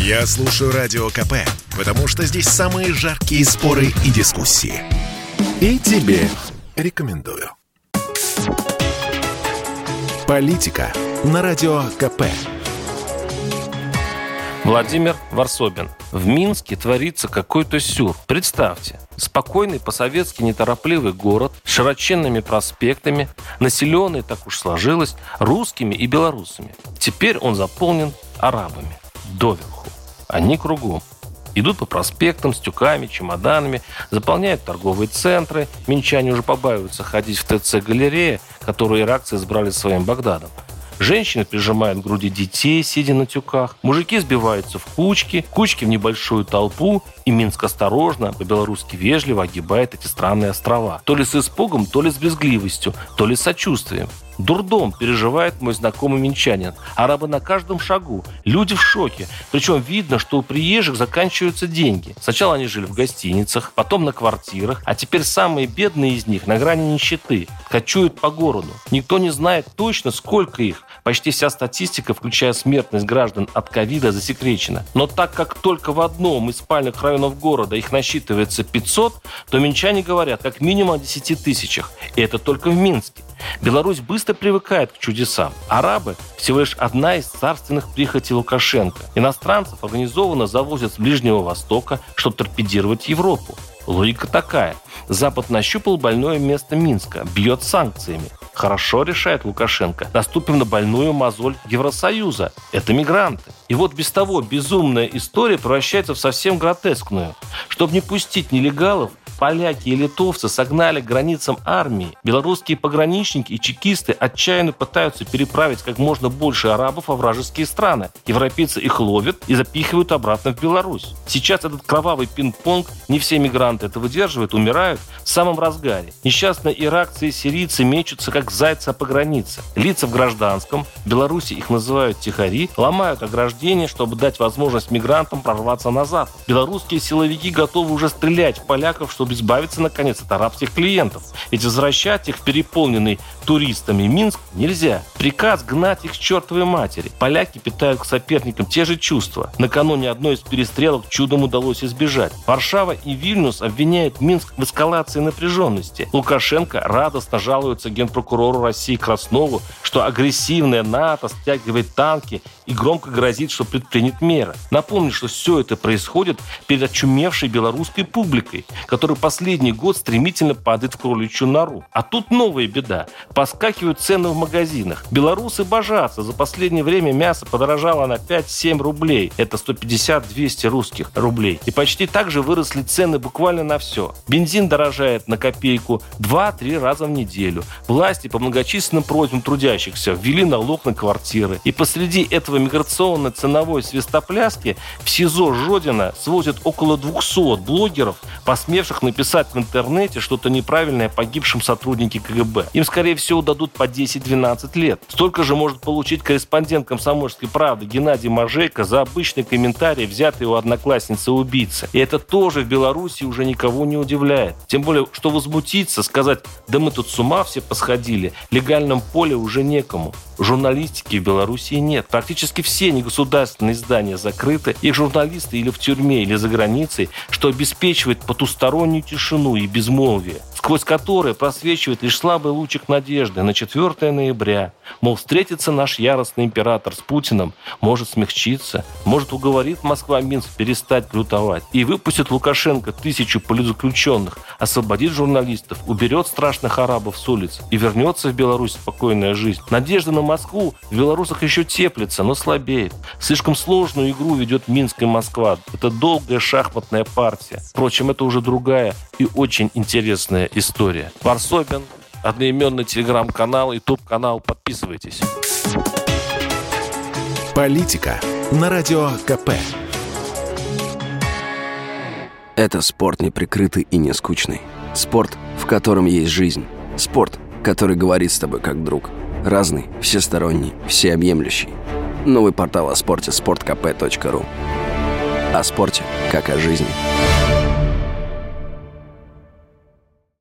Я слушаю Радио КП, потому что здесь самые жаркие споры и дискуссии. И тебе рекомендую. Политика на Радио КП. Владимир Варсобин. В Минске творится какой-то сюр. Представьте, спокойный по-советски неторопливый город с широченными проспектами, населенный, так уж сложилось, русскими и белорусами. Теперь он заполнен арабами. Доверху. Они кругом. Идут по проспектам с тюками, чемоданами, заполняют торговые центры. Минчане уже побаиваются ходить в ТЦ-галерея, которую иракцы избрали своим Багдадом. Женщины прижимают к груди детей, сидя на тюках. Мужики сбиваются в кучки в небольшую толпу. И Минск осторожно, по-белорусски вежливо огибает эти странные острова. То ли с испугом, то ли с брезгливостью, то ли с сочувствием. Дурдом переживает мой знакомый минчанин. Арабы на каждом шагу. Люди в шоке. Причем видно, что у приезжих заканчиваются деньги. Сначала они жили в гостиницах, потом на квартирах, а теперь самые бедные из них на грани нищеты. Кочуют по городу. Никто не знает точно, сколько их. Почти вся статистика, включая смертность граждан от ковида, засекречена. Но так как только в одном из спальных районов города их насчитывается 500, то минчане говорят как минимум о 10 тысячах. И это только в Минске. Беларусь быстро привыкает к чудесам. Арабы – всего лишь одна из царственных прихотей Лукашенко. Иностранцев организованно завозят с Ближнего Востока, чтобы торпедировать Европу. Логика такая. Запад нащупал больное место Минска, бьет санкциями. Хорошо, решает Лукашенко. Наступим на больную мозоль Евросоюза. Это мигранты. И вот без того безумная история превращается в совсем гротескную. Чтобы не пустить нелегалов, поляки и литовцы согнали к границам армии. Белорусские пограничники и чекисты отчаянно пытаются переправить как можно больше арабов во вражеские страны. Европейцы их ловят и запихивают обратно в Беларусь. Сейчас этот кровавый пинг-понг, не все мигранты это выдерживают, умирают в самом разгаре. Несчастные иракцы и сирийцы мечутся как зайцы по границе. Лица в гражданском, в Беларуси их называют тихари, ломают ограждения, чтобы дать возможность мигрантам прорваться на запад. Белорусские силовики готовы уже стрелять в поляков, чтобы избавиться, наконец, от арабских клиентов. Ведь возвращать их в переполненный туристами Минск нельзя. Приказ гнать их к чертовой матери. Поляки питают к соперникам те же чувства. Накануне одной из перестрелок чудом удалось избежать. Варшава и Вильнюс обвиняют Минск в эскалации напряженности. Лукашенко радостно жалуется генпрокурору России Краснову, что агрессивная НАТО стягивает танки и громко грозит, что предпринят меры. Напомню, что все это происходит перед очумевшей белорусской публикой, которая последний год стремительно падает в кроличью нору. А тут новая беда. Поскакивают цены в магазинах. Белорусы божатся. За последнее время мясо подорожало на 5-7 рублей. Это 150-200 русских рублей. И почти так же выросли цены буквально на все. Бензин дорожает на копейку 2-3 раза в неделю. Власти по многочисленным просьбам трудящихся ввели налог на квартиры. И посреди этого миграционно-ценовой свистопляски в СИЗО Жодина свозят около 200 блогеров, посмевших написать в интернете что-то неправильное погибшим сотруднике КГБ. Им, скорее всего, дадут по 10-12 лет. Столько же может получить корреспондент «Комсомольской правды» Геннадий Можейко за обычный комментарий, взятый у одноклассницы-убийцы. И это тоже в Беларуси уже никого не удивляет. Тем более, что возмутиться, сказать «да мы тут с ума все посходили», в легальном поле уже некому. Журналистики в Беларуси нет. Практически все негосударственные издания закрыты. Их журналисты или в тюрьме, или за границей, что обеспечивает потустороннюю тишину и безмолвие, сквозь которое просвечивает лишь слабый лучик надежды на 4 ноября. Мол, встретится наш яростный император с Путиным, может смягчиться, может уговорит Москва-Минск перестать плютовать и выпустит Лукашенко 1000 политзаключенных, освободит журналистов, уберет страшных арабов с улиц и вернется в Беларусь спокойная жизнь. Надежда на Москву в белорусах еще теплится, но слабеет. Слишком сложную игру ведет Минск и Москва. Это долгая шахматная партия. Впрочем, это уже другая и очень интересная история. Варсобин, одноименный телеграм-канал, ютуб-канал. Подписывайтесь. Политика на Радио КП. Это спорт неприкрытый и не скучный. Спорт, в котором есть жизнь. Спорт, который говорит с тобой как друг. Разный, всесторонний, всеобъемлющий. Новый портал о спорте – sportkp.ru. О спорте, как о жизни.